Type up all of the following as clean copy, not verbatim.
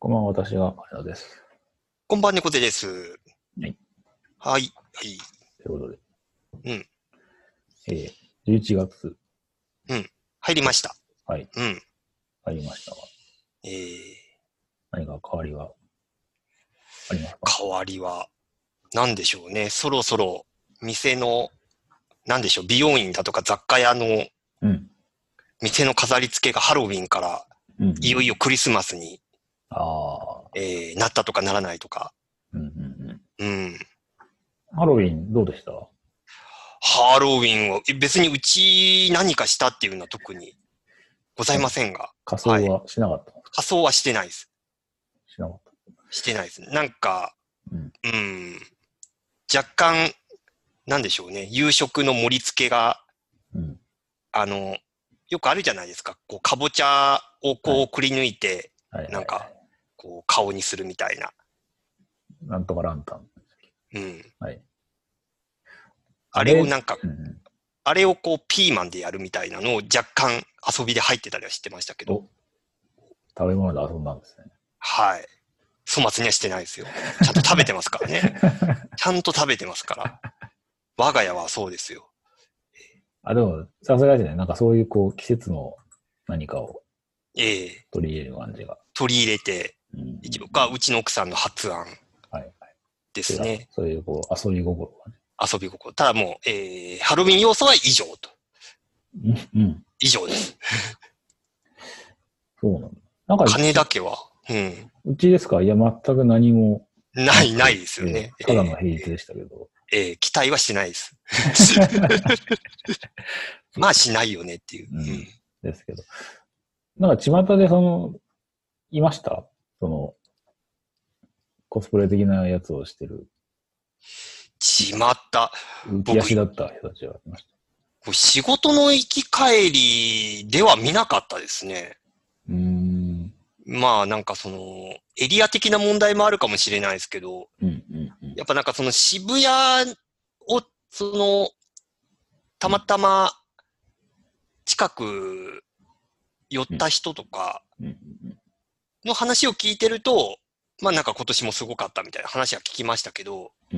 こんばんは、私があれです。 こんばんは、猫背です。 はい。 はい。はい。 ということで、 うん。 11月、 うん。入りました。 はい、 うん。 入りましたが、 えー、 何か変わりはありますか？ 変わりは、何でしょうね。そろそろ、店の、何でしょう、美容院だとか雑貨屋のうん。 店の飾り付けがハロウィンから、 うん、うん。 いよいよクリスマスに、 ああ、 なったとかならないとか。 うん、うん、うん。 うん。 ハロウィンどうでした？ ハロウィンを、別にうち何かしたっていうのは特にございませんが。 仮装はい。 はしなかったんですか？ 仮装はしてないです。 しなかった。 してないです。なんか、 うん、 うん。若干、なんでしょうね。夕食の盛り付けが、 うん。 あの、よくあるじゃないですか。こう、かぼちゃをはい、 こうくり抜いて、 はい、はい、はなんか、 い。 こう、顔にするみたいな。 なんとかランタン。 うん。 はい。 ああれ、 れをなんか、 うん、 あれをこう、ピーマンでやるみたいなのを若干遊びで入ってたりはしてましたけど、 お、食べ物で遊んだんですね。 はい。粗末にはしてないですよ。ちゃんと食べてますからね。ちゃんと食べてますから。我が家はそうですよ。 あ、でも、さすがですね。なんかそういうこう、季節の何かをええ、 取り入れる感じが。 取り入れて、 うん、うん、うん。 一応か、うちの奥さんの発案はい。 ですね。 そういうこう、遊び心がね。 遊び心。ただもう、ハロウィン要素は以上と。 うん。 以上です。 そうなんだ。なんか、 金だけは、うん。 うちですか？いや、全く何もなないく、 ですよね。 ただの平日でしたけど。 期待はしてないです。 そうか。 まあしないよねっていう。 うん。 うん。 ですけど。なんか、巷でいましたその、コスプレ的なやつをしてる、 しまった。僕、 浮き足だった人たちがいました。 仕事の行き帰りでは見なかったですね。 うーん。 まあなんかその、エリア的な問題もあるかもしれないですけど、 うん、うん、うん。 やっぱなんかその渋谷を、その、たまたま近く寄っうん、 た人とかうん、 の話を聞いてると、まあなんか今年もすごかったみたいな話は聞きましたけど、 うん、うん。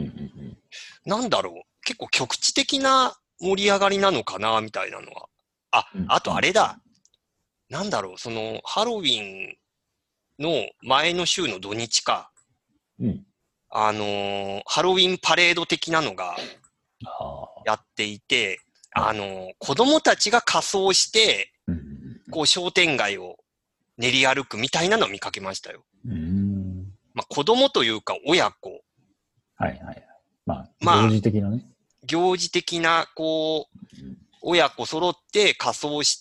なんだろう。結構局地的な盛り上がりなのかな、みたいなのは。あ、 うん、 あうん。 とあれだ。なんだろう。その、ハロウィンの前の週の土日か。 うん。 ハロウィンパレード的なのがああ、 やっていて、 はい。 子供たちが仮装して、 うん、 こう商店街を練り歩くみたいなのを見かけましたよ。 うん。うーん。 まあ子供というか親子。 はい、はい。まあ、行まあ、 事的なね。 行事的な、こう、 うん、 親子揃って仮装して、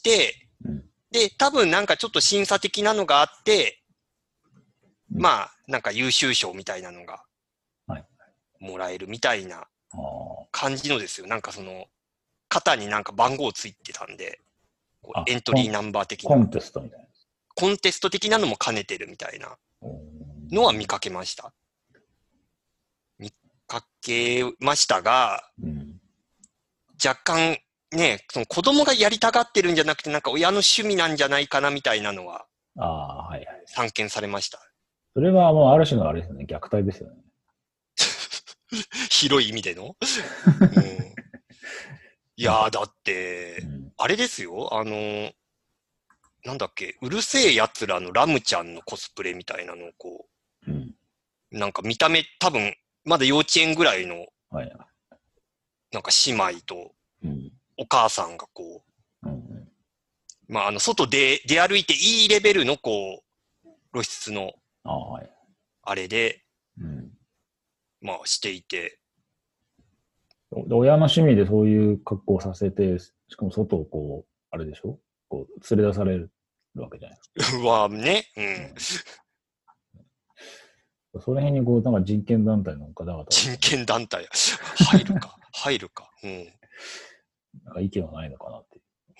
うん、 で、多分なんかちょっと審査的なのがあって、 うん。 まあ、なんか優秀賞みたいなのがはい。 もらえるみたいなああ。 感じのですよ。なんかその、肩になんか番号ついてたんで、こうあ、 エントリーナンバー的な、 コンテストみたいな。 コンテスト的なのも兼ねてるみたいなおのは見かけました。見かけましたが、 うん。 若干ね、その子供がやりたがってるんじゃなくて、なんか親の趣味なんじゃないかなみたいなのはああ、はいはい。 散見されました。 それはもうある種のあれですよね。虐待ですよね。 広い意味での。うん、いなんか、 やー、だって、 うん。 あれですよ。なんだっけ、うるせえ奴らのラムちゃんのコスプレみたいなのをこうん。 う、なんか見た目多分、まだ幼稚園ぐらいの、 はいはい。 なんか姉妹とうん。 お母さんがこうん。 う、まあ、外で出歩いていいレベルのこう、露出のああ、はい。 あれで、 うん。 まあ、していて、 親の趣味でそういう格好をさせて、しかも外をこう、あれでしょこう、連れ出されるわけじゃないですはね、うん。 か。その辺にこう、なんか人権団体の方々はです人ね、 権団体、入るか、入るか。うん。 なんか意見はないのかなっていう。 うん。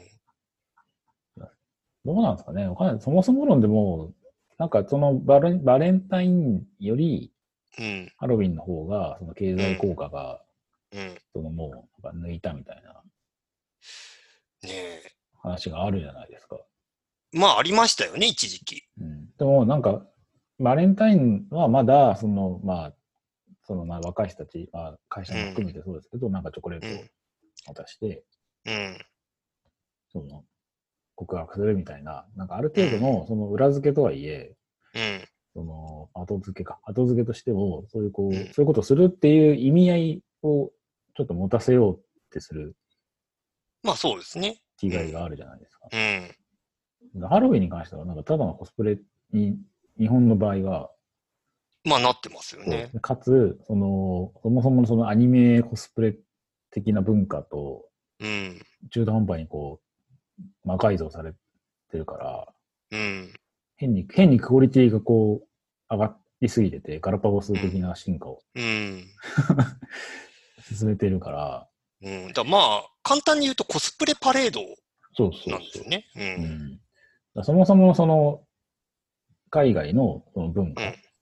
どうなんですかねわかんない。そもそも論でも、なんかそのバレンタインより、 うん。 ハロウィンの方が、その経済うん。 効果が、 うん。 もう、抜いたみたいなねえ。 話があるじゃないですか。 まあ、ありましたよね、一時期。 うん。でも、なんか、 バレンタインはまだ、まあ、若い人たち、まあ、会社も含めてそうですけど、なんかチョコレートを渡して、その、告白するみたいな、なんかある程度の、その裏付けとはいえ、後付けとしても、そういうそういうことをするっていう意味合いをちょっと持たせようってする。 まあそうですね。 違いがあるじゃないですか。 うん。 ハロウィンに関しては、なんかただのコスプレに、日本の場合は、 まあなってますよね。 かつ、そもそもそのアニメコスプレ的な文化と、中途半端に魔改造されてるから、変にクオリティが上がりすぎてて、ガラパゴス的な進化を、進めてるから。 まあ、簡単に言うとコスプレパレードなんですよね。 そもそもその、海外のその文化、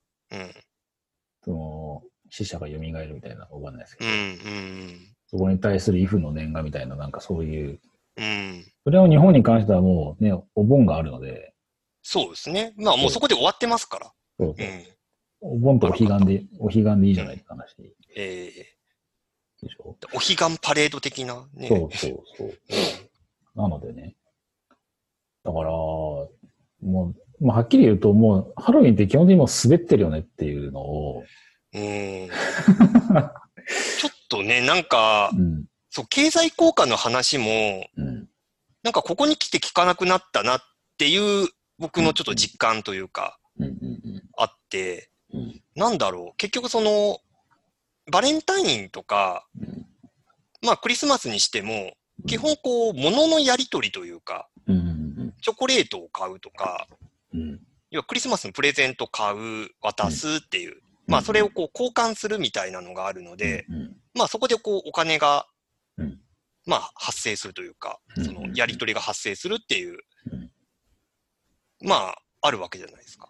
死者が蘇るみたいなのわかんないですけど、そこに対する畏怖の念がみたいな、なんかそういう、それを日本に関してはもうね、お盆があるので。 そうですね。まあもうそこで終わってますから。 そうそう。お盆とお彼岸でいいじゃないって話。 でしょ。お彼岸パレード的なね。 そう。なのでね。だから、もう、はっきり言うと、もう、ハロウィンって基本的にもう滑ってるよねっていうのを。 ちょっとね、なんか、そう、経済効果の話も、なんかここに来て聞かなくなったなっていう、僕のちょっと実感というか、あって、なんだろう、結局バレンタインとか、まあクリスマスにしても、基本物のやり取りというか、チョコレートを買うとか、要はクリスマスのプレゼント買う、渡すっていう、まあそれを交換するみたいなのがあるので、まあそこでお金が、まあ発生するというか、そのやり取りが発生するっていう、まああるわけじゃないですか。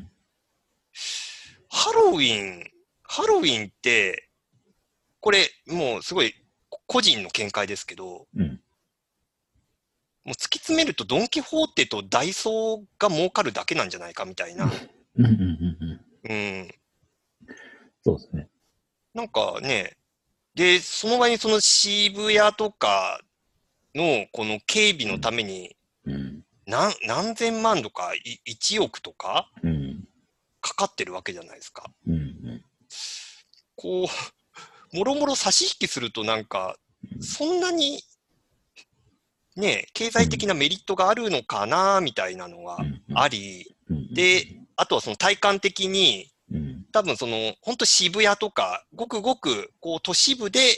ハロウィンって、これもうすごい個人の見解ですけど、もう突き詰めるとドン・キホーテとダイソーが儲かるだけなんじゃないかみたいな。 そうですね。 なんかね、で、その場にその渋谷とかのこの警備のために、何千万とか1億とかかかってるわけじゃないですか。もろもろ差し引きするとなんか、そんなにね、経済的なメリットがあるのかな、みたいなのがあり、で、あとはその体感的に、多分本当渋谷とか、ごくごく、都市部で、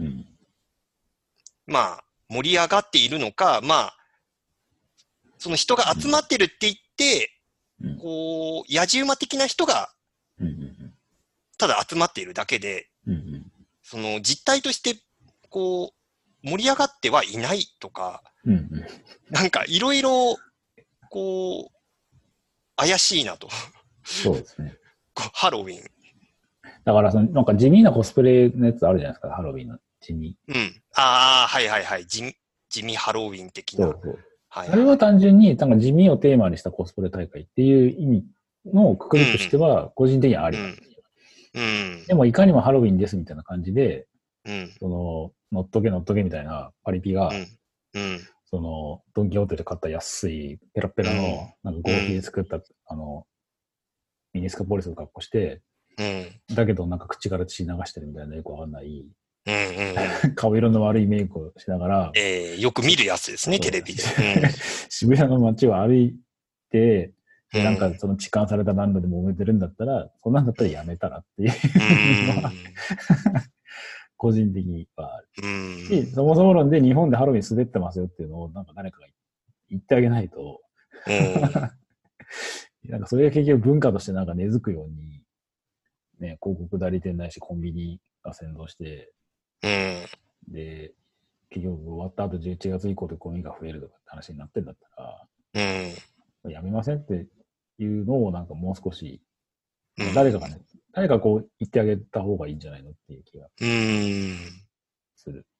まあ、盛り上がっているのか、まあ、その人が集まってるって言って、野じ馬的な人が、ただ集まっているだけで、その実態として、盛り上がってはいないとか、なんかいろいろ、怪しいなと。 そうですね。 ハロウィン。 だからなんか地味なコスプレのやつあるじゃないですか、ハロウィンの地味。 ああ、はいはいはい。地味ハロウィン的な。 あれは単純に、なんか地味をテーマにしたコスプレ大会っていう意味のくくりとしては、個人的にはありなんですよ。でも、いかにもハロウィンですみたいな感じで、乗っとけみたいなパリピが、ドンキホーテで買った安い、ペラペラの、なんか合皮で作った、ミニスカポリスの格好して、だけどなんか口から血流してるみたいなよくわかんない、顔色の悪いメイクをしながら、 よく見るやつですね、テレビで。 渋谷の街を歩いて、なんかその痴漢されたバンドで揉めてるんだったら、そんなんだったらやめたらっていうのは、個人的にはある。し、そもそも論で日本でハロウィン滑ってますよっていうのをなんか誰かが言ってあげないと、なんかそれが結局文化としてなんか根付くように、ね、広告代理店ないしコンビニが先導して、で、結局終わった後11月以降でゴミが増えるとかって話になってんだったら、やめませんっていうのをなんかもう少し、誰か言ってあげた方がいいんじゃないのっていう気がする。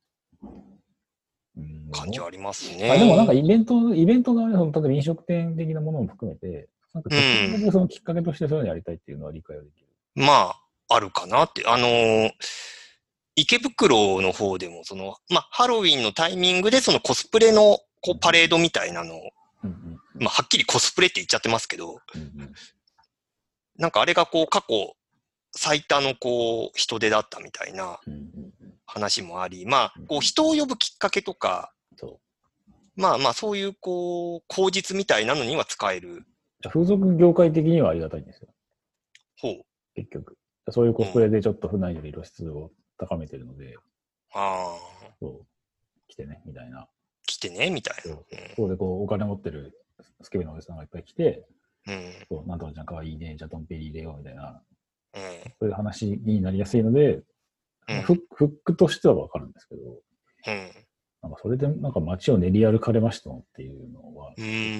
感じはありますね。 でもなんかイベント側で、例えば飲食店的なものも含めて、 なんか、そのきっかけとしてそういうのやりたいっていうのは理解はできる。 まあ、あるかなって。池袋の方でも、ハロウィンのタイミングでそのコスプレのパレードみたいなのを、はっきりコスプレって言っちゃってますけど、なんかあれが過去最多の人手だったみたいな話もあり、人を呼ぶきっかけとか、そういう口実みたいなのには使える。 風俗業界的にはありがたいんですよ。 ほう。 結局。そういうコスプレでちょっと府内より露出を高めてるので。そう。来てね、みたいな。 来てね、みたいな。 そうでお金持ってるスケベなおじさんがいっぱい来て、なんとかちゃんかわいいね、じゃあドンペリ入れようみたいな。そういう話になりやすいので、フックとしてはわかるんですけど、なんかそれでなんか街を練り歩かれましたっていうのは、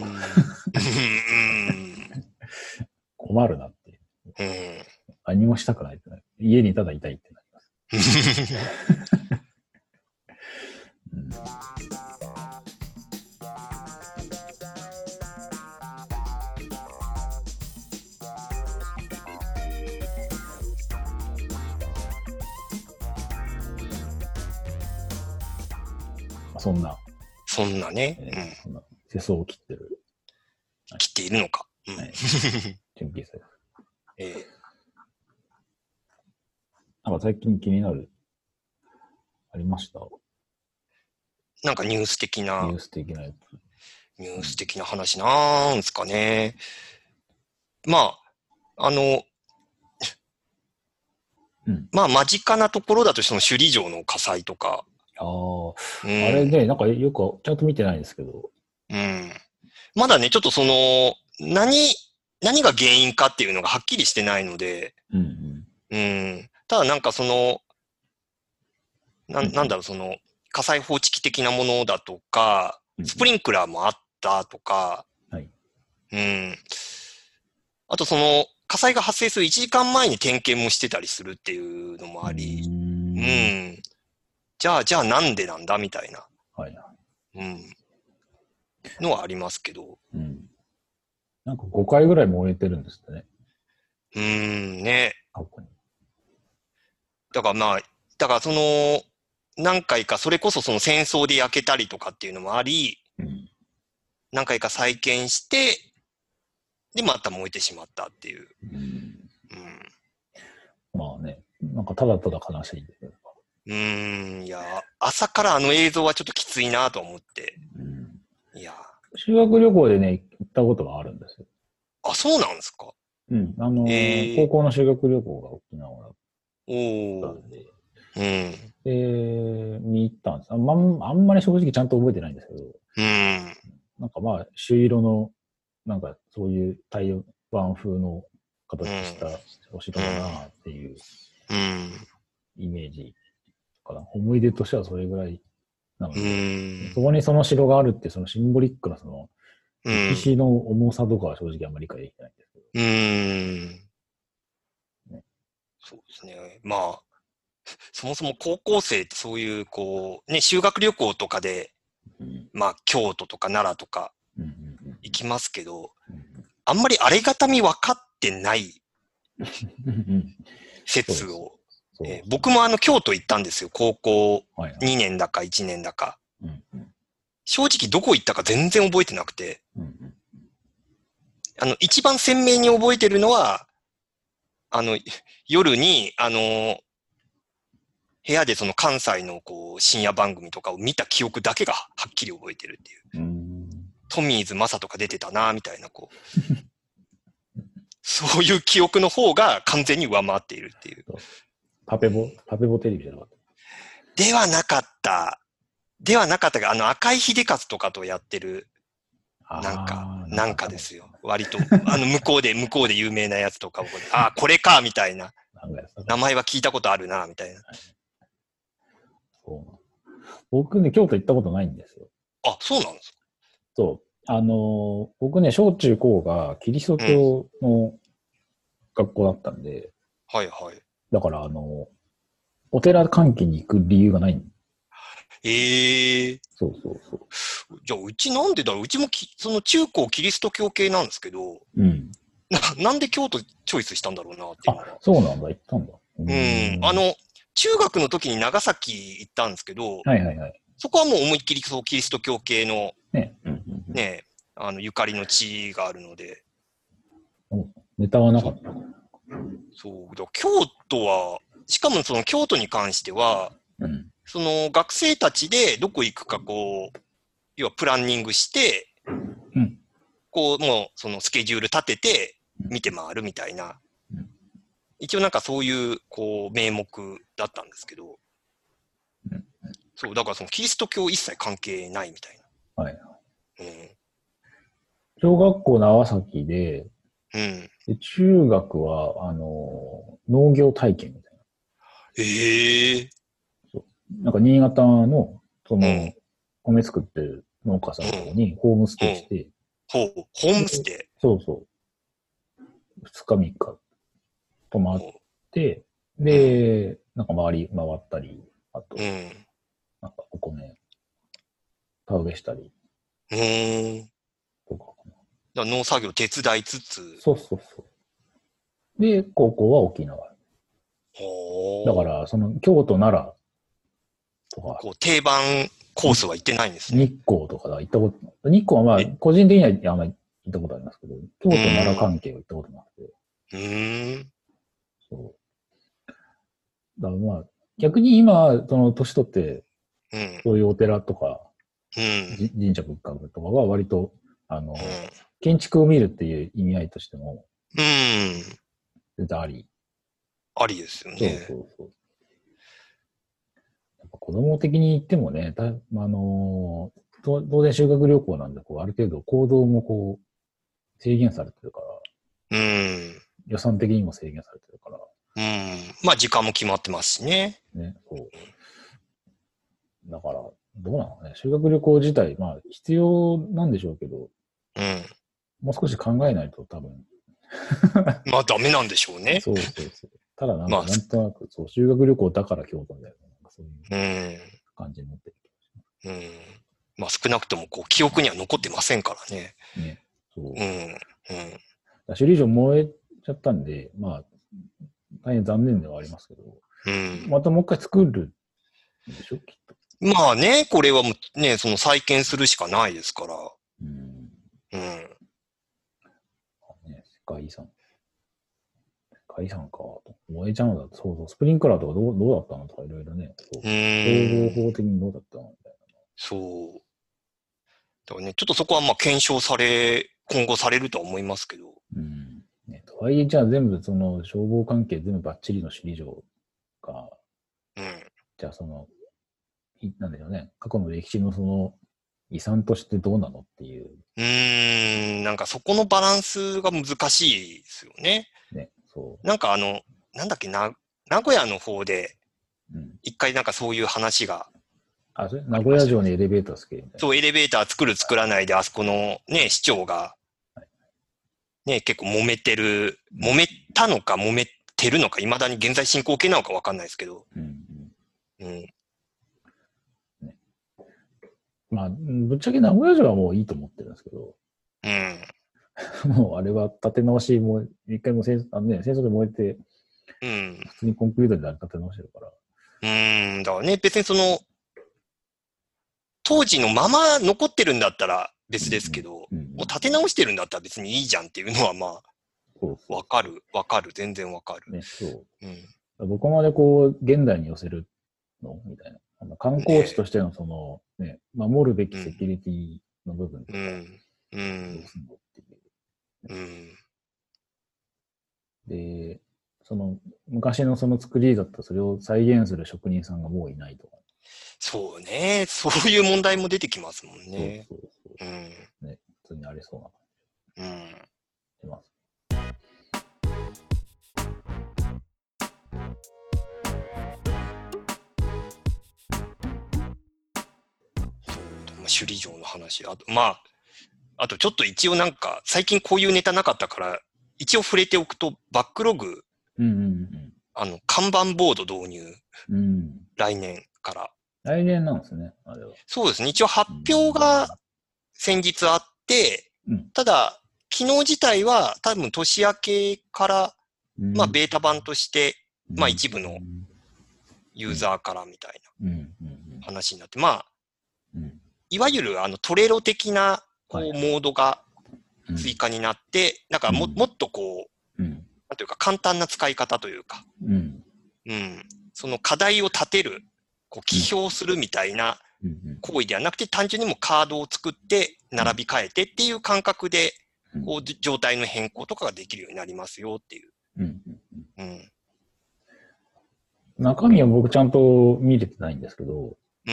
困るなっていう。何もしたくないってなる。家にただいたいってなります。そんなね。 そんな世相を切ってる。 切っているのか。 純喫茶です。なんか最近気になる、ありました？ なんかニュース的な。 ニュース的なやつ。 ニュース的な話なんすかね。間近なところだと首里城の火災とか。 あれね、なんかよくちゃんと見てないんですけど。 まだね、ちょっと何が原因かっていうのがはっきりしてないので、ただなんかなんだろう、火災報知器的なものだとか、スプリンクラーもあったとか、あと火災が発生する1時間前に点検もしてたりするっていうのもあり、じゃあなんでなんだみたいな、のはありますけど。 なんか5回ぐらい燃えてるんですってね。 ね。だから何回か、それこそ戦争で焼けたりとかっていうのもあり、何回か再建して、で、また燃えてしまったっていう。 まあね、なんかただただ悲しい。 いや、朝からあの映像はちょっときついなと思って。いや。 修学旅行でね、行ったことがあるんですよ。 あ、そうなんですか？ 高校の修学旅行が沖縄だったんで。で、見に行ったんです。あんまり正直ちゃんと覚えてないんですけど。なんか朱色の、なんかそういう台湾風の形したお城だなっていうイメージかな。思い出としてはそれぐらいなので、そこにその城があるってそのシンボリックな歴史の重さとかは正直あんまり理解できてないんですけど。 そうですね。そもそも高校生ってそういう修学旅行とかで、京都とか奈良とか行きますけど、あんまりありがたみ分かってない説を。僕も京都行ったんですよ。高校2年だか1年だか。正直どこ行ったか全然覚えてなくて。一番鮮明に覚えてるのは、夜に、部屋で関西の深夜番組とかを見た記憶だけがはっきり覚えてるっていう。トミーズ・マサとか出てたなみたいな、そういう記憶の方が完全に上回っているっていう。 パペボテレビじゃなかった？ ではなかったが、赤井秀和とかとやってる、なんかですよ。割と、向こうで有名なやつとかを、これか、みたいな。名前は聞いたことあるな、みたいな。 僕ね、京都行ったことないんですよ。 あ、そうなんですか？ そう。僕ね、小中高がキリスト教の学校だったんで。 はいはい。 だから、お寺関係に行く理由がない。 そうそうそう。 じゃあ、うちなんでだろう、うちもその中高キリスト教系なんですけど、 うん。 なんで京都チョイスしたんだろうなっていうのは。 そうなんだ、行ったんだ。 中学の時に長崎行ったんですけど、 はいはいはい。 そこはもう思いっきりそうキリスト教系の、 ね、 ね、ゆかりの地があるので。 ネタはなかった。 そう。京都は、しかもその京都に関しては、その学生たちでどこ行くかこう、要はプランニングして、こう、もうそのスケジュール立てて見て回るみたいな。一応なんかそういう、こう、名目だったんですけど、そう、だからそのキリスト教一切関係ないみたいな。はい。小学校長崎で、で中学は、農業体験みたいな。なんか新潟の、米作ってる農家さんのとこにホームステイして。 ホームステイそうそう。2日3日泊まって、で、なんか回ったり、あと、なんかお米、田植えしたり。 とかかな。農作業手伝いつつ。 そうそうそう。で、高校は沖縄。だから、その、京都、奈良とか。 こう定番コースは行ってないんですね。 日光とかだ、行ったことない。日光はまあ、個人的にはあんまり行ったことありますけど、京都、奈良関係は行ったことなくて。そう。だからまあ、逆に今、その、年取って、そういうお寺とか、神社仏閣とかは割と、建築を見るっていう意味合いとしても、全然あり。 ありですよね。 そうそうそう。やっぱ子供的に言ってもね、当然修学旅行なんで、こう、ある程度行動もこう、制限されてるから。予算的にも制限されてるから。 まあ時間も決まってますしね。 ね、そう。だから、どうなのね。修学旅行自体、まあ必要なんでしょうけど、もう少し考えないと多分。 まあダメなんでしょうね。 そうそうそう。ただなんとなく、そう、修学旅行だから京都みたいな、そういう感じになってる気がします。 まあ少なくともこう記憶には残ってませんからね。 ね。そう。首里城燃えちゃったんで、まあ、大変残念ではありますけど、またもう一回作るんでしょ、きっと。 まあね、これはもうね、その再建するしかないですから。 世界遺産。世界遺産か。燃えちゃうんだ。そうそう。スプリンクラーとかどうだったのとかいろいろね。そう。消防法的にどうだったのみたいな。 そう。だからね、ちょっとそこはまあ検証今後されるとは思いますけど。 ね、とはいえ、じゃあ全部その消防関係全部バッチリの首里城が、じゃあその、なんでしょうね。過去の歴史のその遺産としてどうなのっていう。 なんかそこのバランスが難しいですよね。 ね、そう。 なんかなんだっけな、名古屋の方で、一回なんかそういう話が、 それ名古屋城にエレベーターつけるみたいな。 そう、エレベーター作らないで、あそこのね、市長が、ね、結構揉めたのか揉めてるのか、未だに現在進行形なのかわかんないですけど。 まあ、ぶっちゃけ名古屋城はもういいと思ってるんですけど。もうあれは建て直し、もう一回も戦争で燃えて、普通にコンクリートで建て直してるから。 だからね、別にその、当時のまま残ってるんだったら別ですけど、もう建て直してるんだったら別にいいじゃんっていうのはまあ、わかる、全然わかる。 ね、そう。どこまでこう、現代に寄せるのみたいな。観光地としてのその、ね、守るべきセキュリティの部分とか、どうすんのっていう。で、その、昔のその作りだったそれを再現する職人さんがもういないとか。 そうね。そういう問題も出てきますもんね。 そう。ね、普通にありそうな感じ。します。 首里城の話。あとちょっと一応なんか、最近こういうネタなかったから、一応触れておくと、バックログ、看板ボード導入、来年から。 来年なんですね、あれは。 そうですね。一応発表が先日あって、ただ、機能自体は多分年明けから、まあ、ベータ版として、まあ、一部のユーザーからみたいな話になって、まあ、いわゆるトレロ的な、こう、モードが追加になって、なんかもっとこう、なんていうか簡単な使い方というか、その課題を立てる、こう、起票するみたいな行為ではなくて、単純にもカードを作って並び替えてっていう感覚で、こう、状態の変更とかができるようになりますよっていう。 中身は僕ちゃんと見れてないんですけど、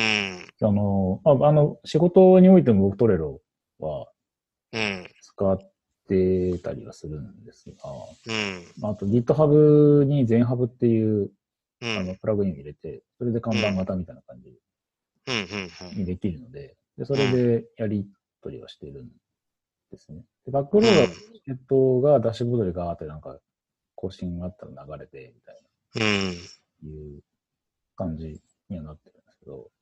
仕事においても僕トレロは、使ってたりはするんですが、あと GitHub に ZenHub っていう、プラグインを入れて、それで看板型みたいな感じにできるので、それでやり取りはしてるんですね。で、バックロードがダッシュボードでガーってなんか更新があったら流れて、みたいな、いう感じにはなってるんですけど、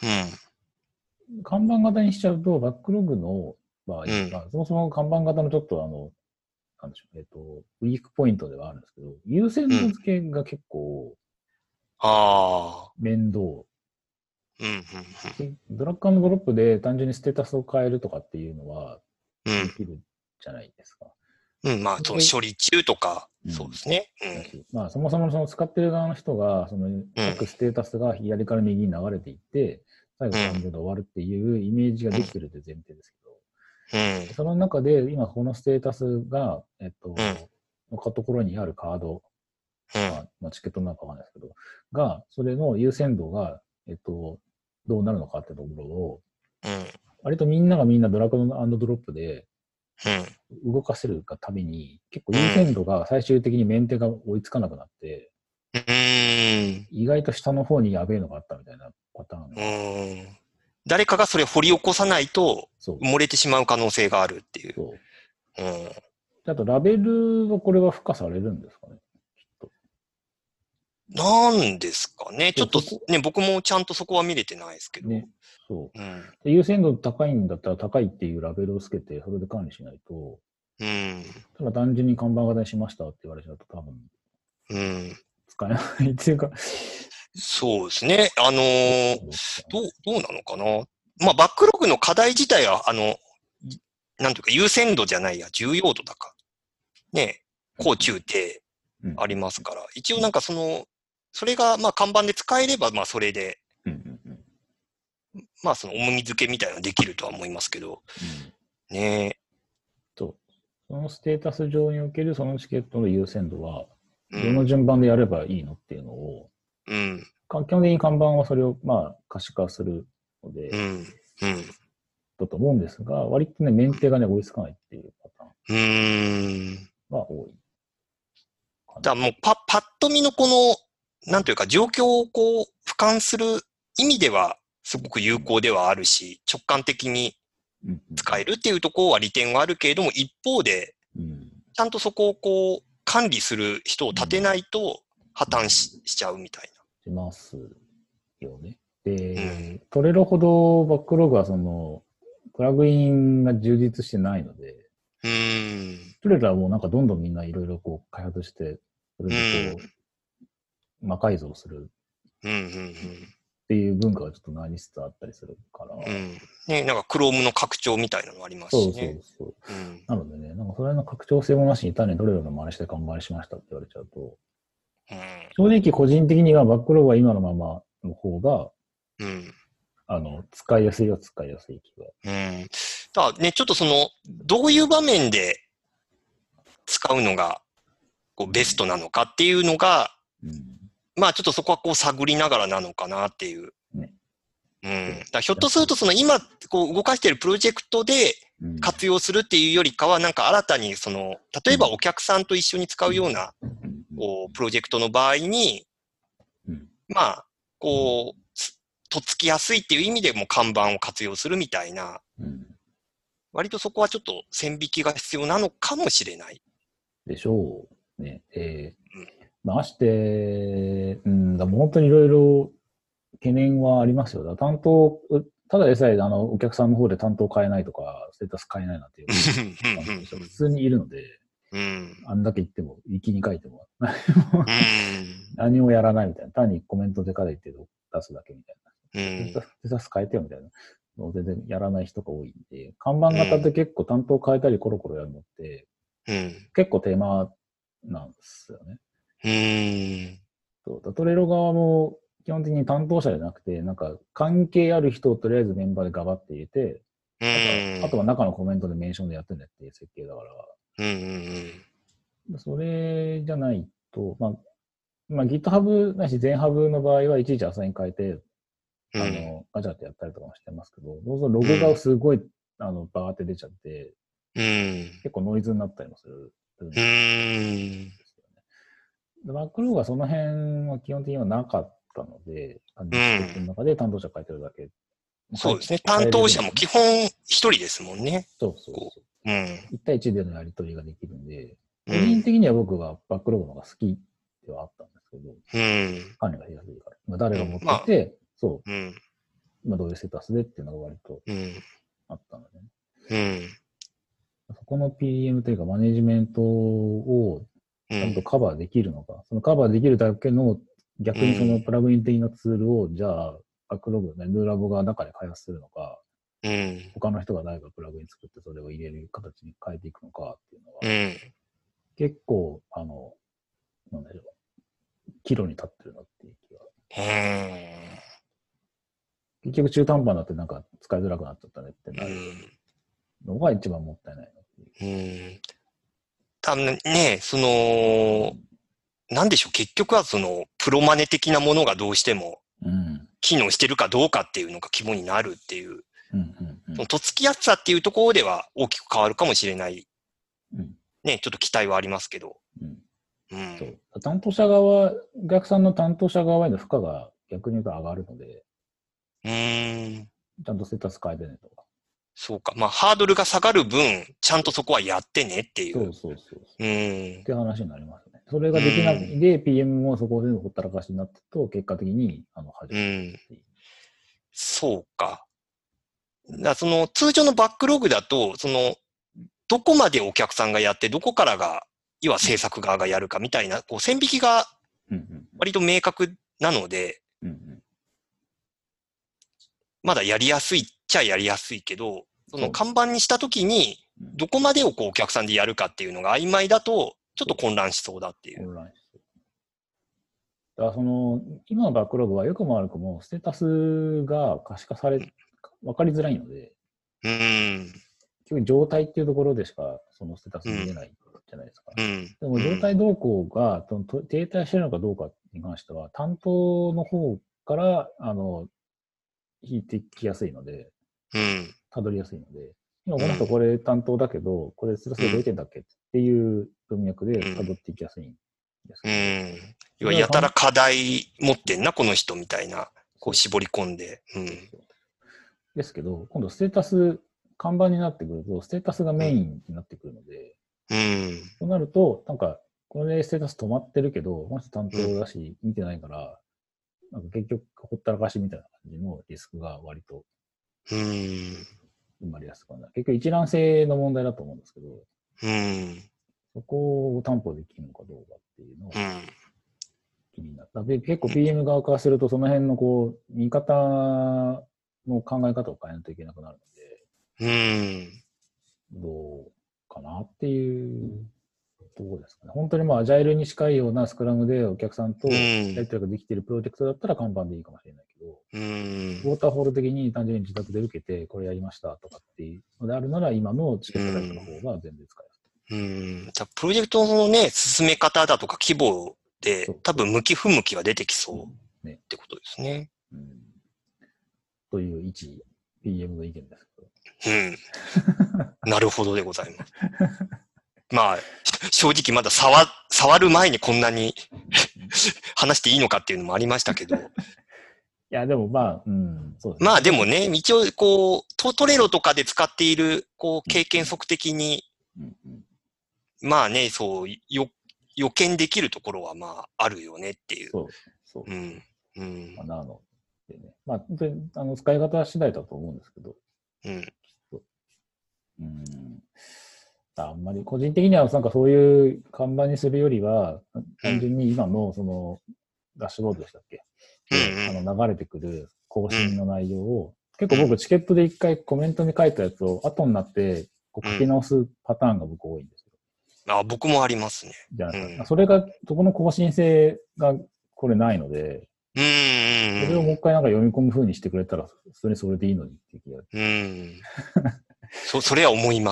看板型にしちゃうと、バックログの場合、そもそも看板型のちょっとなんでしょう、ウィークポイントではあるんですけど、優先度付けが結構、面倒。ドラッグ&ドロップで単純にステータスを変えるとかっていうのは、できるじゃないですか。 まあ、その処理中とか、そうですね。 まあ、そもそもその使ってる側の人が、その各ステータスが左から右に流れていって、最後3秒で終わるっていうイメージができてるって前提ですけど、その中で今このステータスが、のところにあるカード、まあ、チケットなのかわかんないですけど、が、それの優先度が、どうなるのかってところを、割とみんながみんなドラッグ&ドロップで、動かせるがために、結構優先度が最終的にメンテが追いつかなくなって、意外と下の方にやべえのがあったみたいなパターン。 誰かがそれを掘り起こさないと、埋もれてしまう可能性があるっていう。 あと、ラベルはこれは付加されるんですかね、きっと。 なんですかね。ちょっとね、僕もちゃんとそこは見れてないですけど。 ね、そう。で優先度高いんだったら高いっていうラベルをつけて、それで管理しないと、ただ単純に看板型にしましたって言われちゃうと多分、使えないっていうかそうですね。どうなのかな。まあ、バックログの課題自体は、なんていうか、優先度じゃないや、重要度だか。ね、高中低ありますから、一応なんかそれが、まあ、看板で使えれば、まあ、それで、まあ、その重み付けみたいなのできるとは思いますけど、ねそのステータス上におけるそのチケットの優先度は、どの順番でやればいいのっていうのを、基本的に看板はそれを、まあ、可視化するので、だと思うんですが、割とね、メンテがね、追いつかないっていうパターンは多い。 だもうパッと見のこの、なんというか、状況をこう、俯瞰する意味では、すごく有効ではあるし、直感的に使えるっていうところは利点はあるけれども、一方で、ちゃんとそこをこう、管理する人を立てないと破綻しちゃうみたいな。 しますよね。で、トレロほどバックログはその、プラグインが充実してないので、トレロはもうなんかどんどんみんないろいろこう開発して、それでこう、魔改造する。っていう文化がちょっとなりつつあったりするから。 ね、なんか Chrome の拡張みたいなのありますしね。 そう。なのでね、なんかそれの拡張性もなしに単にどれらの真似して看板にしましたって言われちゃうと、正直個人的にはバックログは今のままの方が、使いやすいは使いやすい気が。 だからね、ちょっとどういう場面で使うのがこうベストなのかっていうのが、まあちょっとそこはこう探りながらなのかなっていう。だひょっとすると今こう動かしているプロジェクトで活用するっていうよりかは、なんか新たに例えばお客さんと一緒に使うような、こう、プロジェクトの場合に、まあ、こう、とっつきやすいっていう意味でも看板を活用するみたいな、割とそこはちょっと線引きが必要なのかもしれない。 でしょうね。まして、もう本当にいろいろ懸念はありますよ。だからただでさえ、お客さんの方で担当変えないとか、ステータス変えないなんていう普通にいるので、あんだけ言っても、行きに書いても、何もやらないみたいな。単にコメントでから言って出すだけみたいな。ステータス変えてよみたいなのを全然やらない人が多いんで、看板型って結構担当変えたりコロコロやるのって、結構手間なんですよね。トレロ側も基本的に担当者じゃなくて、なんか関係ある人をとりあえずメンバーでガバって入れて、あとは中のコメントでメンションでやってんだっていう設計だから、それじゃないと、GitHub ないし全ハブの場合はいちいちアサイン変えて、ガチャってやったりとかもしてますけど、どうぞロゴがすごい、バーって出ちゃって、結構ノイズになったりもするんですよね。バックログはその辺は基本的にはなかったので、実績の中で担当者書いてるだけ。 そうですね。担当者も基本一人ですもんね。 そう。1対1でのやり取りができるんで、個人的には僕はバックログの方が好きではあったんですけど、管理がしやすいから。誰が持ってて、今どういうステータスでっていうのが割とあったので、そこの PM というかマネジメントをちゃんとカバーできるのか、そのカバーできるだけの逆にそのプラグイン的なツールを、じゃあ、バックログ、ルーラボが中で開発するのか、他の人が誰かプラグイン作ってそれを入れる形に変えていくのかっていうのは、結構、なんだろう、岐路に立ってるなっていう気が。結局中途半端になってなんか使いづらくなっちゃったねってなるのが一番もったいないなっていう。 多分ね、なんでしょう、結局はプロマネ的なものがどうしても、機能してるかどうかっていうのが肝になるっていう、とっつきやすさっていうところでは大きく変わるかもしれない。ね、ちょっと期待はありますけど。 担当者側、お客さんの担当者側への負荷が逆に言うと上がるので、ちゃんとステータス変えてねとか。 そうか。ハードルが下がる分、ちゃんとそこはやってねっていう。 そう。って話になりますね。それができないで、PM もそこでほったらかしになってと、結果的に、始める。 そうか。通常のバックログだと、どこまでお客さんがやって、どこからが、要は制作側がやるかみたいな、線引きが、割と明確なので、まだやりやすいっちゃやりやすいけど、看板にしたときに、どこまでをお客さんでやるかっていうのが曖昧だと、ちょっと混乱しそうだっていう。 混乱しそう。だから今のバックログは良くも悪くも、ステータスが可視化され、分かりづらいので、結局状態っていうところでしか、そのステータス見れないじゃないですか。でも状態動向が停滞してるのかどうかに関しては、担当の方から、引いてきやすいので、たどりやすいので、今この人これ担当だけど、これステータスどういう点だっけっていう文脈でたどっていきやすいんですけど。 要はやたら課題持ってんな、この人みたいな、絞り込んで。 ですけど、今度ステータス、看板になってくると、ステータスがメインになってくるので、そうなると、なんか、これでステータス止まってるけど、この人担当だし、見てないから、なんか結局、ほったらかしみたいな感じのリスクが割と生まれやすくなる。結局一覧性の問題だと思うんですけど、そこを担保できるのかどうかっていうのが気になった。で、結構 PM 側からすると、その辺の見方の考え方を変えないといけなくなるので、どうかなっていうところですかね。本当にアジャイルに近いようなスクラムでお客さんとやり取りができているプロジェクトだったら看板でいいかもしれないけど、ウォーターフォール的に単純に自宅で受けてこれやりましたとかっていうのであるなら今のチケットタイプの方が全然使いやすい。 じゃあプロジェクトのね、進め方だとか規模で多分向き不向きは出てきそうってことですね。 という一 PM の意見ですけど。 なるほどでございます。正直まだ触る前にこんなに話していいのかっていうのもありましたけど。 いや、でもそうですね。でもね、一応、トレロとかで使っている、経験則的に、そう、予見できるところはあるよねっていう。 そう。ナノでね。まあ、本当に使い方次第だと思うんですけど。あんまり個人的にはなんかそういう看板にするよりは、単純に今のそのダッシュボードでしたっけ、で流れてくる更新の内容を、結構僕チケットで一回コメントに書いたやつを後になってこう書き直すパターンが僕多いんですよ。 僕もありますね。 じゃあ、それが、そこの更新性がこれないので、それをもう一回なんか読み込む風にしてくれたら、それでいいのにっていう気が。 それは思います。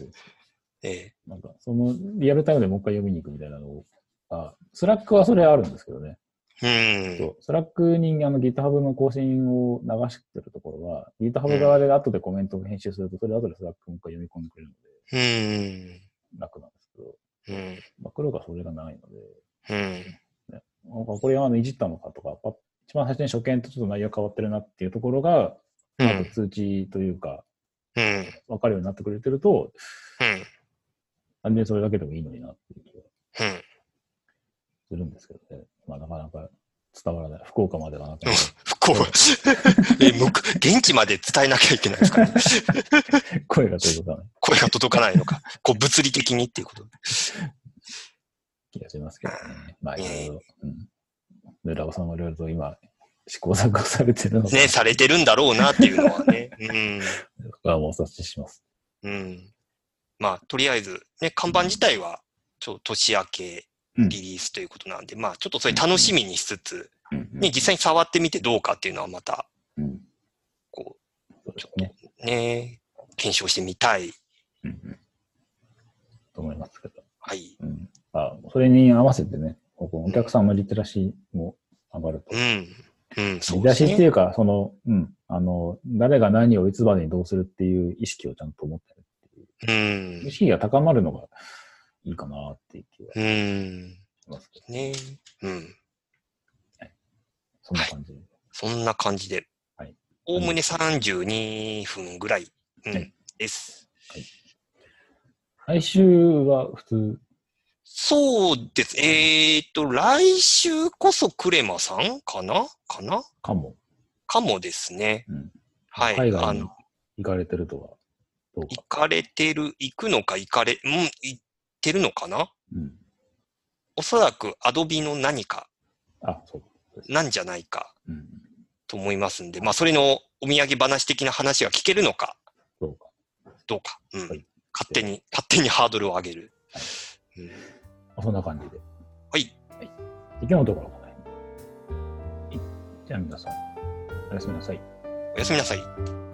なんか、そのリアルタイムでもう一回読みに行くみたいなのを、スラックはそれあるんですけどね。そう、スラックにGitHub の更新を流してるところは、GitHub 側で後でコメントを編集すると、それ後でスラックもう一回読み込んでくれるので、楽なんですけど、黒がそれがないので、なんかこれいじったのかとか、一番最初に初見とちょっと内容変わってるなっていうところが、通知というか、わかるようになってくれてると、単純にそれだけでもいいのになっていう気がするんですけどね。まあなかなか伝わらない。福岡まではなかなか。 福岡現地まで伝えなきゃいけないですかね。 声が届かない。 声が届かないのか。こう物理的にっていうこと。 気がしますけどね。まあいろいろ。で、ラボさんもいろいろと今、試行錯誤されてるのね、されてるんだろうなっていうのはね。 そこはもうお察しします。 まあ、とりあえず、ね、看板自体は、年明けリリースということなんで、まあ、ちょっとそれ楽しみにしつつ、ね、実際に触ってみてどうかっていうのはまた、こう、ちょっとね、検証してみたい。 と思いますけど。 はい。 それに合わせてね、お客さんのリテラシーも上がると。リテラシーっていうか、誰が何をいつまでにどうするっていう意識をちゃんと持ってるっていう。意識が高まるのがいいかなっていう気がしますけどね。 そんな感じで。 そんな感じで。おおむね32分ぐらいです。 来週は普通。 そうです。来週こそクレマさんかなかもですね。 はい。海外に行かれてるとはどうか。 行くのか行ってるのかなおそらくアドビの何かなんじゃないかと思いますんで、まあそれのお土産話的な話が聞けるのかどうか。勝手にハードルを上げる。 そんな感じで。 はい。 今日のところはね。じゃあ皆さん、おやすみなさい。 おやすみなさい。